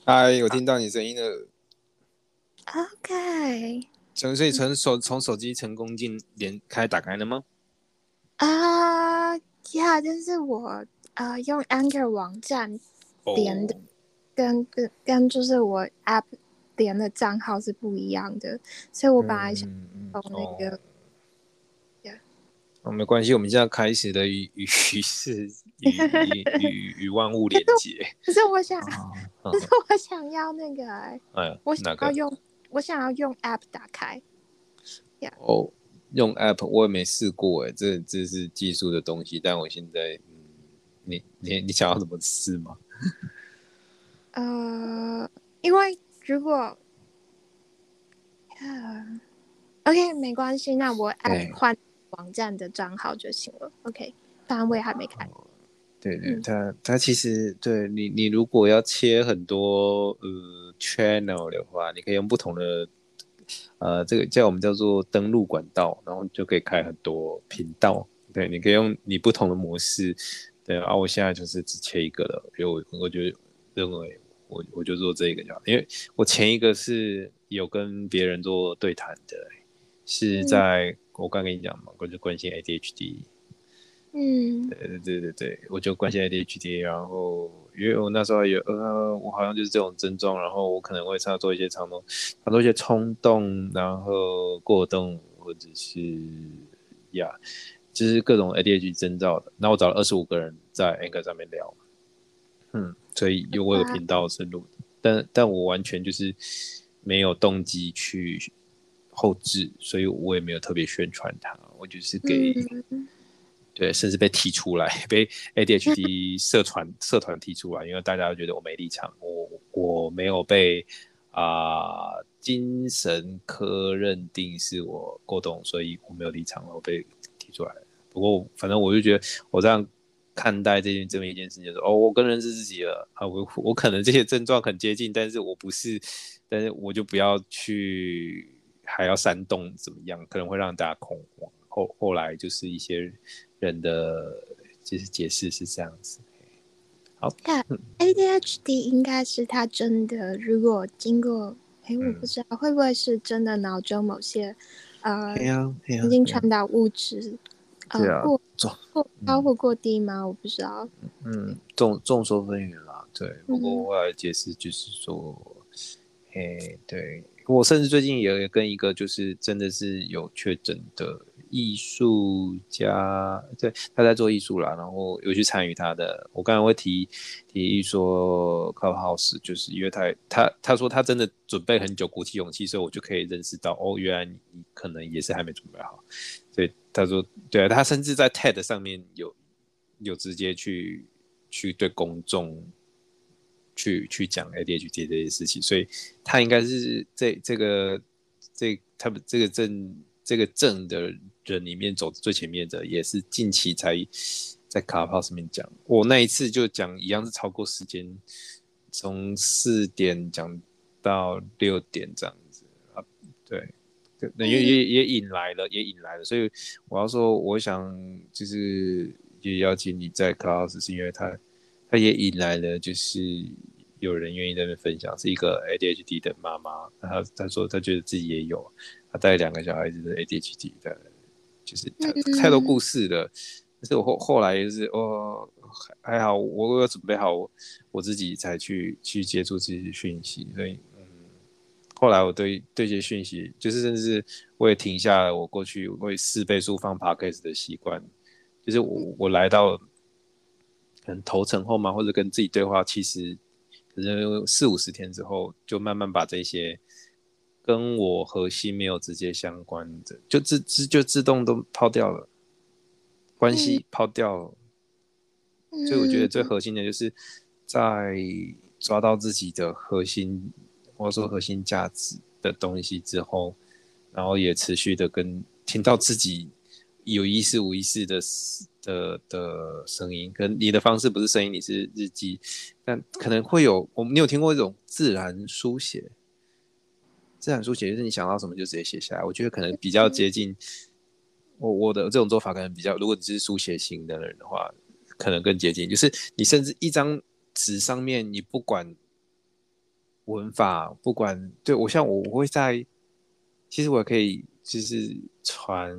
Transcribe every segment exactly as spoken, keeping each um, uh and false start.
嗨，我听到你声音了。 OK。 从所以从手从手机成功进连开打开了吗？ 啊呀，这是我呃用 Anchor 网站连的， 哦， 跟跟跟就是我 App 连的账号是不一样的，所以我本来想嗯嗯用那哦， 个。Yeah。 哦，没关系，我们现在开始的与与是与与与与万物连接可是我想， 啊， 可是呵呵， 我想要那个、欸， 哎呀， 我想哪个？ 要用，我想要用 App 打开。Yeah。 哦，用 App 我也没试过哎，这这是技术的东西，但我现在，嗯，你你你想要怎么试吗？ 呃，因为如果呃 OK 没关系，那我 App 对， 换网站的账号就行了。OK，单位还没开。 对对， 嗯。 它它其实对你你如果要切很多呃 channel 的话，你可以用不同的呃这个叫我们叫做登录管道，然后就可以开很多频道。对，你可以用你不同的模式。对啊，我现在就是只切一个了，因为我我就认为我我就做这个就好，因为我前一个是有跟别人做对谈的，是嗯在我刚跟你讲嘛，我就关心 A D H D。 嗯。 对对对对，我就关心 A D H D，然后因为我那时候有呃，我好像就是这种症状，然后我可能会常做一些长动，常做一些冲动，然后过动或者是呀，就是各种 A D H D 征兆的。那我找了二十五个人在 Anchor 上面聊，嗯，所以有我有个哇。 频道是录的，但但我完全就是没有动机去后置，所以我也没有特别宣传它，我就是给嗯。 对，甚至被踢出来，被 A D H D 社团社团踢出来，因为大家都觉得我没立场，我我没有被啊、呃精神科认定是我过动，所以我没有立场，我被踢出来了。不过反正我就觉得我这样看待这件这么一件事情，就是哦，我更认识自己了啊，我我可能这些症状很接近，但是我不是，但是我就不要去还要煽动怎么样，可能会让大家恐慌。后后来就是一些人的就是解释是这样子。好， 看嗯 A D H D 应该是他真的，如果经过，哎，我不嗯， 知道会不会是真的脑中某些呃嘿呀嘿神呀嘿呀， 经传导物质对啊， 呃过重过高嗯或过低吗？我不知道。 嗯众众说纷纭啦，对。不过嗯后来解释就是说，嘿，对我甚至最近也跟一个就是真的是有确诊的艺术家，对，他在做艺术啦，然后有去参与他的。我刚才会提提议说 Clubhouse，就是因为他他他说他真的准备很久，鼓起勇气，所以我就可以认识到，哦，原来你你可能也是还没准备好。所以他说，对啊，他甚至在 T E D 上面有有直接去去对公众去去讲 A D H D 这些事情，所以他应该是这这个这他们这个症这个症的人里面走最前面的，也是近期才在卡帕上面讲。我那一次就讲一样是超过时间，从四点讲到六点这样子啊，对。也嗯也也引来了，也引来了，所以我要说，我想就是也邀请你在 Clubhouse，是因为他他也引来了，就是有人愿意在那边分享，是一个 A D H D 的妈妈，他他说他觉得自己也有，他带两个小孩子的 A D H D 的，就是太太多故嗯。 事了。但是我后后来就是哦，还好我有准备好我我自己才去去接触这些讯息，所以嗯，后来我对对这些讯息，就是甚至是我也停下了我过去会四倍速放 podcast 的习惯，就是我我来到可能头层后嘛，或者跟自己对话，其实可能四五十天之后，就慢慢把这些跟我核心没有直接相关的，就自自就自动都抛掉了，关嗯系抛掉了。所以我觉得最嗯核心的就是在抓到自己的核心，或者说核心价值的东西之后，然后也持续的跟听到自己有意识无意识的的的声音，跟你的方式不是声音，你是日记，但可能会有，我们你有听过一种自然书写？自然书写就是你想到什么就直接写下来，我觉得可能比较接近我我的这种做法，可能比较，如果你是书写型的人的话，可能更接近，就是你甚至一张纸上面，你不管文法，不管对我像我我会在，其实我也可以就是传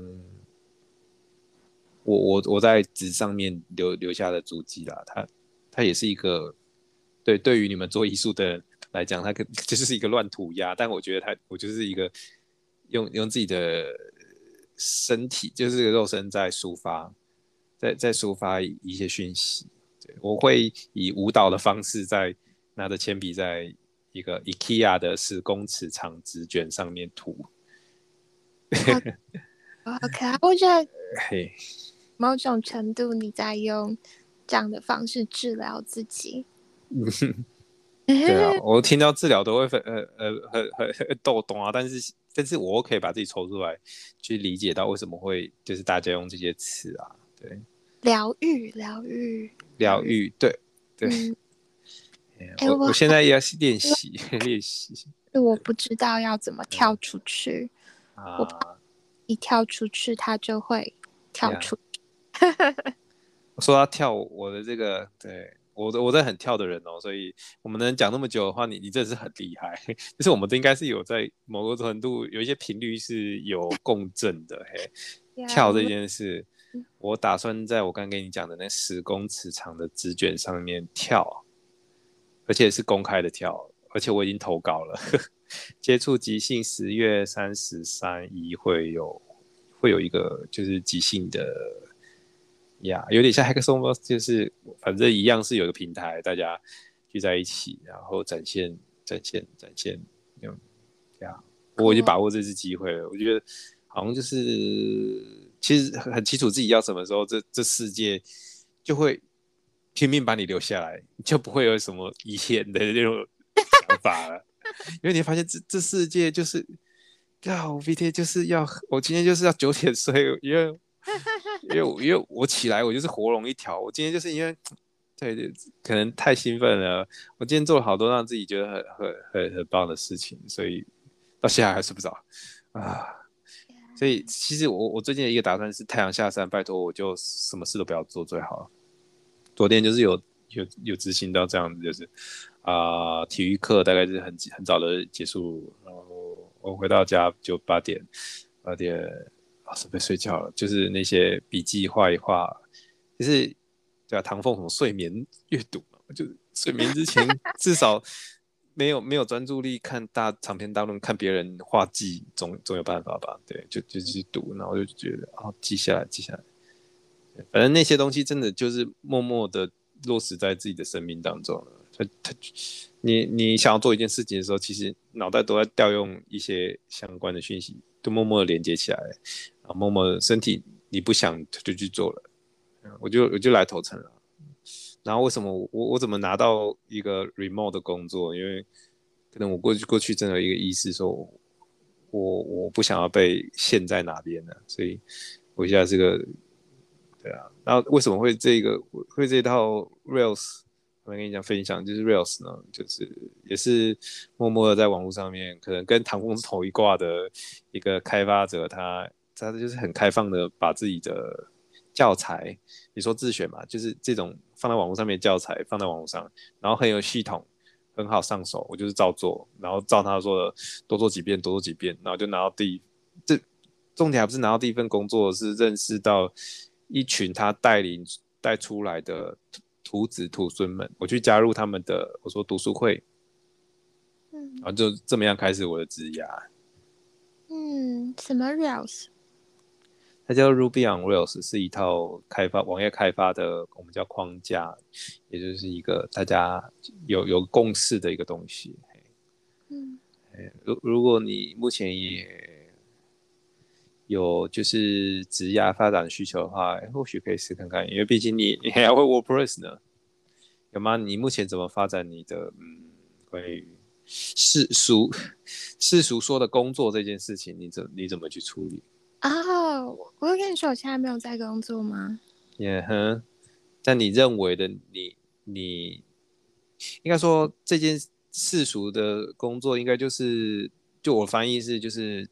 我我我在纸上面留留下的足迹啦，它它也是一个对对于你们做艺术的人来讲，它可就是一个乱涂鸦，但我觉得它我就是一个用用自己的身体，就是这个肉身在抒发，在在抒发一些讯息。对，我会以舞蹈的方式在拿着铅笔在一个 IKEA 的十公尺长纸卷上面涂。 好好可爱，我觉得嘿， 某种程度你在用这样的方式治疗自己。 对啊，我听到治疗都会很呃呃很很很抖动啊，但是但是我可以把自己抽出来，去理解到为什么会就是大家用这些词啊，对， 疗愈，疗愈，疗愈。 疗愈，对对， 嗯，哎， 我我好我现在也要练习练习我不知道要怎么跳出去，我怕啊一跳出去，它就会跳呀。 出。 说到跳，我的这个对我我在很跳的人哦，所以我们能讲那么久的话，你你真的是很厉害。就是我们都应该是有在某个程度有一些频率是有共振的。嘿，跳这件事，我打算在我刚跟你讲的那十公尺长的纸卷上面跳，而且是公开的跳，而且我已经投稿了。接触即兴十月三十三一会有会有一个就是即兴的。呀、yeah, 有点像 Hackathon，就是反正一样是有个平台，大家聚在一起，然后展现、展现、展现，这样呀。我已经把握这次机会了，我觉得好像就是其实很清楚自己要什么时候，这这世界就会拼命把你留下来，就不会有什么遗憾的那种想法了。因为你发现这这世界就是，啊，我明天就是要，我今天就是要九点睡，因为因为因为我起来我就是活龙一条，我今天就是因为对对，可能太兴奋了，我今天做了好多让自己觉得很很很很棒的事情，所以到现在还睡不着啊。所以其实我我最近的一个打算是太阳下山，拜托我就什么事都不要做最好了。昨天就是有有有执行到这样子，就是啊、呃体育课大概是很很早的结束，然后我回到家就八点八点啊准备睡觉了，就是那些笔记画一画，就是对啊，唐凤什么睡眠阅读嘛，就睡眠之前至少没有没有专注力看大长篇大论，看别人画技总总有办法吧？对，就就去读，然后就觉得啊、哦、记下来记下来。反正那些东西真的就是默默的落实在自己的生命当中了。他他，你你想要做一件事情的时候，其实脑袋都在调用一些相关的讯息，都默默的连接起来，啊，默默的身体你不想就去做了，我就我就来投诚了。然后为什么我我怎么拿到一个 remote 的工作？因为可能我过去过去真的有一个意识说我，我我不想要被陷在哪边呢，所以我现在这个对啊，然后为什么会这个会这套 Rails？我跟你讲分享，就是 Rails 呢，就是也是默默的在网络上面，可能跟唐风是同一挂的一个开发者，他他就是很开放的把自己的教材，你说自选嘛，就是这种放在网络上面的教材放在网络上，然后很有系统，很好上手，我就是照做，然后照他说的多做几遍，多做几遍，然后就拿到第一，这重点还不是拿到第一份工作，是认识到一群他带领带出来的徒子徒孙们，我去加入他们的，我说读书会，然后就这么样开始我的职涯。 嗯，什么 Rails？ 它叫 Ruby on Rails，是一套开发网页开发的，我们叫框架，也就是一个大家有有共识的一个东西。 嗯， 如如果你目前也有就是职涯发展需求的话，或许可以试看看，因为毕竟你你还会 WordPress 呢，有吗？你目前怎么发展你的嗯关于世俗世俗说的工作这件事情，你怎你怎么去处理？ 哦，我会跟你说，我现在没有在工作吗？ 也哼，但你认为的你你应该说这件世俗的工作，应该就是就我翻译是就是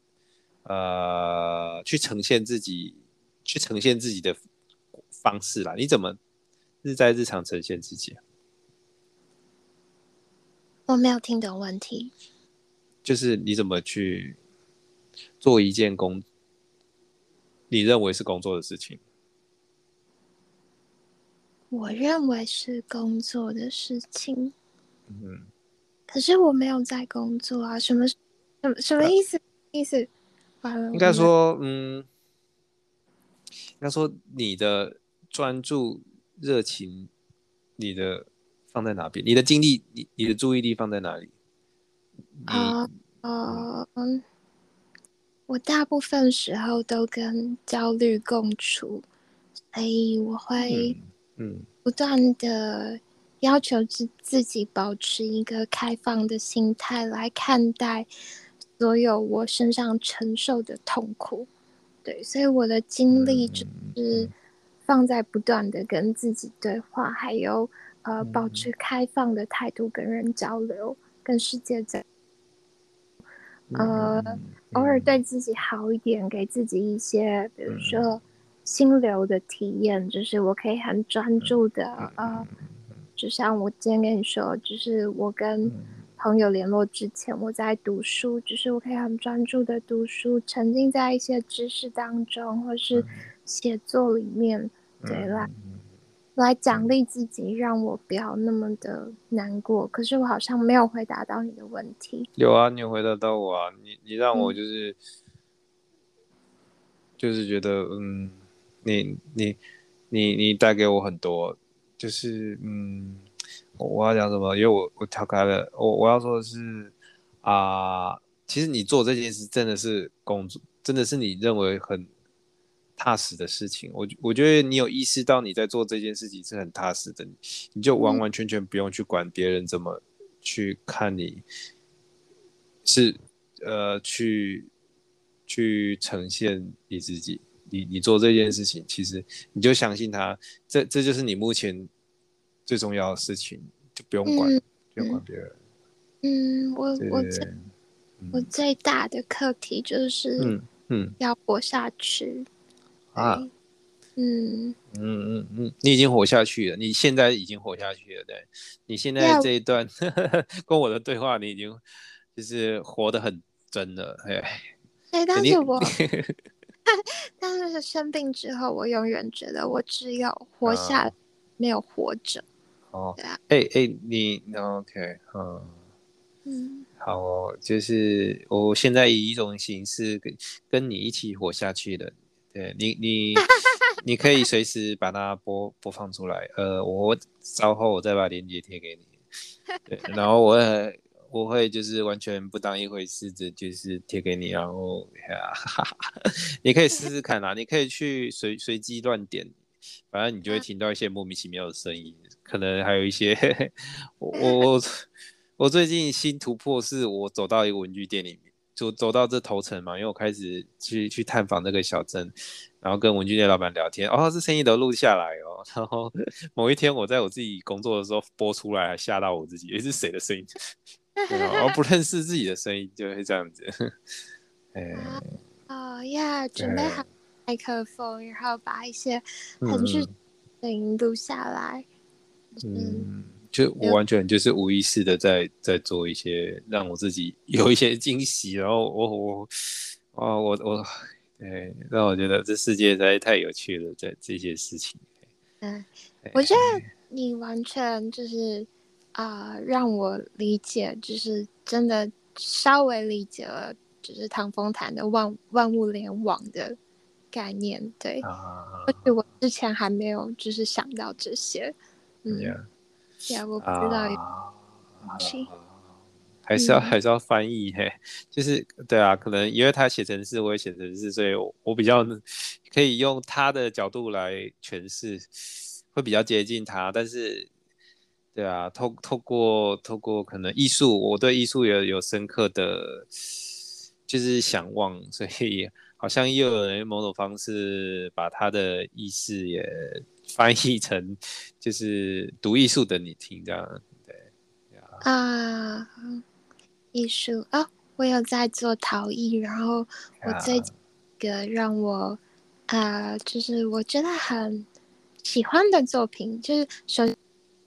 呃去呈现自己，去呈现自己的方式啦。你怎么日在日常呈现自己啊？ 我没有听懂问题。 就是你怎么去做一件工，你认为是工作的事情？ 我认为是工作的事情， 嗯， 可是我没有在工作啊，什么什么什么意思？意思？完了， 应我没有。 该说，嗯，应该说你的专注、热情，你的放在哪边？你的精力，你你的注意力放在哪里？你， 啊呃嗯，我大部分时候都跟焦虑共处，所以我会嗯嗯不断的要求自自己保持一个开放的心态来看待所有我身上承受的痛苦。对，所以我的精力就嗯是嗯放在不断的跟自己对话，还有呃保嗯持开放的态度跟人交流，跟世界交呃嗯偶尔嗯对自己好一点，给自己一些比如嗯说心流的体验，就是我可以很专注的呃， 嗯就像我今天跟你说，就是我跟嗯朋友联络之前，我在读书，就是我可以很专注的读书，沉浸在一些知识当中，或是写作里面，对，来来奖励自己，让我不要那么的难过。可是我好像没有回答到你的问题。 有啊，你有回答到我啊，你你让我嗯就是就是觉得，嗯，你你你你带给我很多，就是嗯，我我要讲什么？因为我我跳开了，我我要说的是啊、其实你做这件事真的是工作，真的是你认为很踏实的事情。我我觉得你有意识到你在做这件事情是很踏实的，你你就完嗯完全全不用去管别人怎么去看你，是呃去去呈现你自己。你你做这件事情，其实你就相信他，这这就是你目前最重要的事情，就不用管， 嗯不用管别人。 嗯，我我最对对对， 我嗯最大的课题就是嗯嗯要活下去。 啊， 对，嗯， 嗯嗯嗯，你已经活下去了，你现在已经活下去了，对，你现在要这一段跟我的对话，你已经就是活得很真了，哎， 对，但你是我但是生病之后，我永远觉得我只有活下来， 啊没有活着。 哦， 对啊， 哎哎，你 OK，嗯。 嗯， 好哦，就是我现在以一种形式跟跟你一起活下去的，对你你你可以随时把它播播放出来，呃，我稍后我再把链接贴给你，对，然后我也我会就是完全不当一回事的，就是贴给你，然后呀，哈哈哈，你可以试试看啦，你可以去随随机乱点，反正你就会听到一些莫名其妙的声音，可能还有一些我我我最近新突破是我走到一个文具店里面，就走到这头城嘛，因为我开始去去探访那个小镇，然后跟文具店老板聊天，哦，这声音都录下来哦，然后某一天我在我自己工作的时候播出来，还吓到我自己，诶，是谁的声音？对啊，然后不认识自己的声音就会这样子，哎， 啊，哦呀，准备好对， 麦克风，然后把一些很日嗯嗯。 声音录下来。嗯， 嗯，就我有完全就是无意识的在在做一些让我自己有一些惊喜，然后我我哦我我对，让我觉得这世界实在太有趣了，在这些事情。 嗯，我觉得你完全就是啊、呃让我理解，就是真的稍微理解了，就是唐风谈的万万物联网的概念。对，或许啊我之前还没有就是想到这些。嗯， 呀呀，我不知道有啊， 东西。 还是要嗯还是要翻译嘿，就是对啊，可能因为他写成诗，我也写成诗，所以我我比较可以用他的角度来诠释，会比较接近他。但是，对啊，透透过透过可能艺术，我对艺术也有深刻的就是想望，所以好像又有人用某种方式把他的意思也翻译成就是读艺术的你听这样，对。 啊，艺术哦，我有在做陶艺，然后我最近啊一个让我啊、呃就是我觉得很喜欢的作品，就是首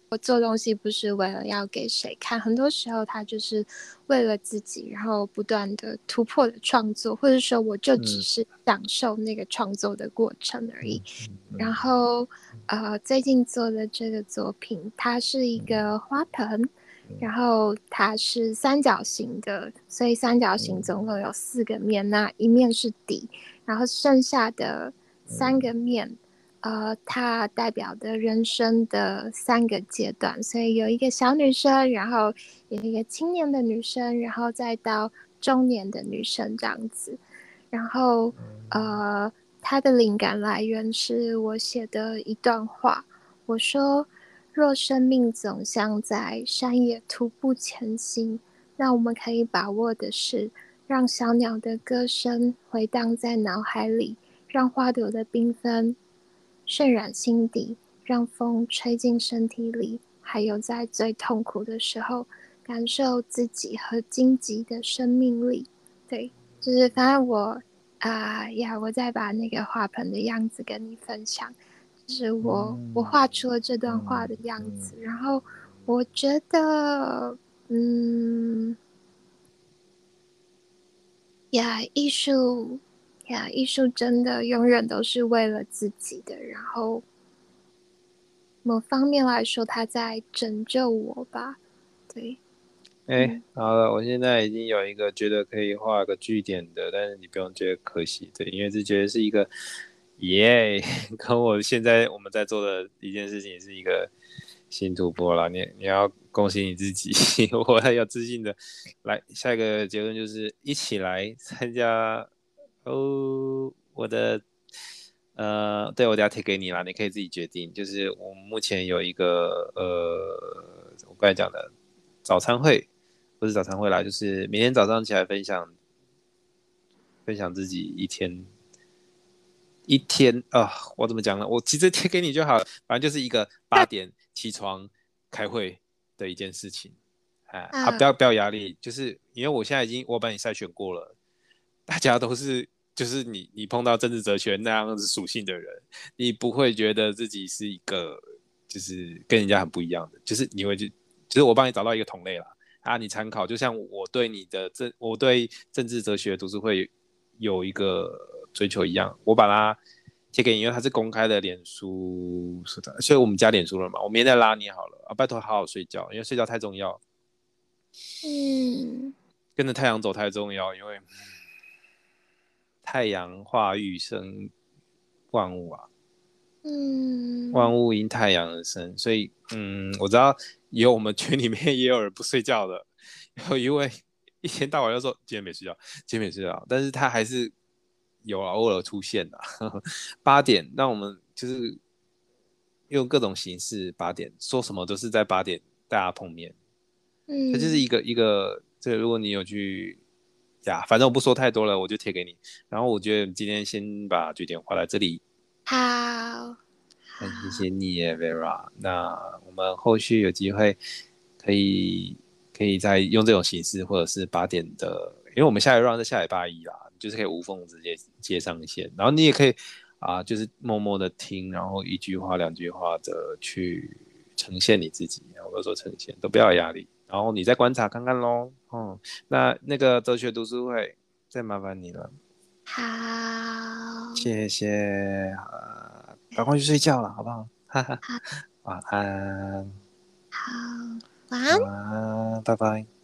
我做东西不是为了要给谁看，很多时候他就是为了自己，然后不断的突破的创作，或者说我就只是享受那个创作的过程而已。然后呃，最近做的这个作品，它是一个花盆，然后它是三角形的，所以三角形总共有四个面，那一面是底，然后剩下的三个面。呃，它代表的人生的三个阶段，所以有一个小女生，然后有一个青年的女生，然后再到中年的女生这样子。然后呃，它的灵感来源是我写的一段话，我说：若生命总像在山野徒步前行，那我们可以把握的是，让小鸟的歌声回荡在脑海里，让花朵的缤纷渲染心底，让风吹进身体里，还有在最痛苦的时候，感受自己和荆棘的生命力。对，就是反正我啊、呃、呀，我再把那个花盆的样子跟你分享，就是我我画出了这段话的样子，然后我觉得，嗯，呀，艺术呀，艺术真的永远都是为了自己的，然后某方面来说，它在拯救我吧。对， 哎、欸，好了，我现在已经有一个觉得可以画个句点的，但是你不用觉得可惜，对，因为这觉得是一个，耶、yeah, 跟我现在我们在做的一件事情是一个新突破啦。你你要恭喜你自己，我很有自信的。来，下一个结论就是一起来参加哦，我的。呃，对，我等下贴给你啦，你可以自己决定。就是我们目前有一个呃，我刚才讲的早餐会，不是早餐会啦，就是每天早上起来分享分享自己一天一天啊、呃，我怎么讲呢？我其实贴给你就好了，反正就是一个八点起床开会的一件事情。啊啊，不要不要压力，就是因为我现在已经我把你筛选过了，大家都是就是你你碰到政治哲学那样子属性的人，你不会觉得自己是一个就是跟人家很不一样的，就是你会就就是我帮你找到一个同类啦。啊，你参考，就像我对你的政，我对政治哲学读书会有一个追求一样，我把它贴给你，因为它是公开的脸书，是的，所以我们加脸书了嘛，我明天再拉你好了啊，拜托好好睡觉，因为睡觉太重要， 嗯， 跟着太阳走太重要，因为太阳化育生万物啊， 嗯， 万物因太阳而生，所以嗯，我知道有我们群里面也有人不睡觉的，有一位一天到晚就说今天没睡觉，今天没睡觉，但是他还是有偶尔出现的。八点，那我们就是用各种形式八点，说什么都是在八点大家碰面，它就是一个一个，这个如果你有去呀，反正我不说太多了，我就贴给你。然后我觉得今天先把据点画在这里。 好， 很谢谢你耶，Vera。那我们后续有机会可以可以再用这种形式，或者是八点的，因为我们下一 round 是下礼拜一啦，就是可以无缝直接接上线，然后你也可以啊，就是默默的听，然后一句话两句话的去呈现你自己，我都说呈现，都不要有压力，然后你再观察看看咯。嗯，那那个哲学读书会再麻烦你了， 好， 谢谢。啊，赶快去睡觉了，好不好？哈哈， 好， 晚安， 好，晚安。 晚安，拜拜。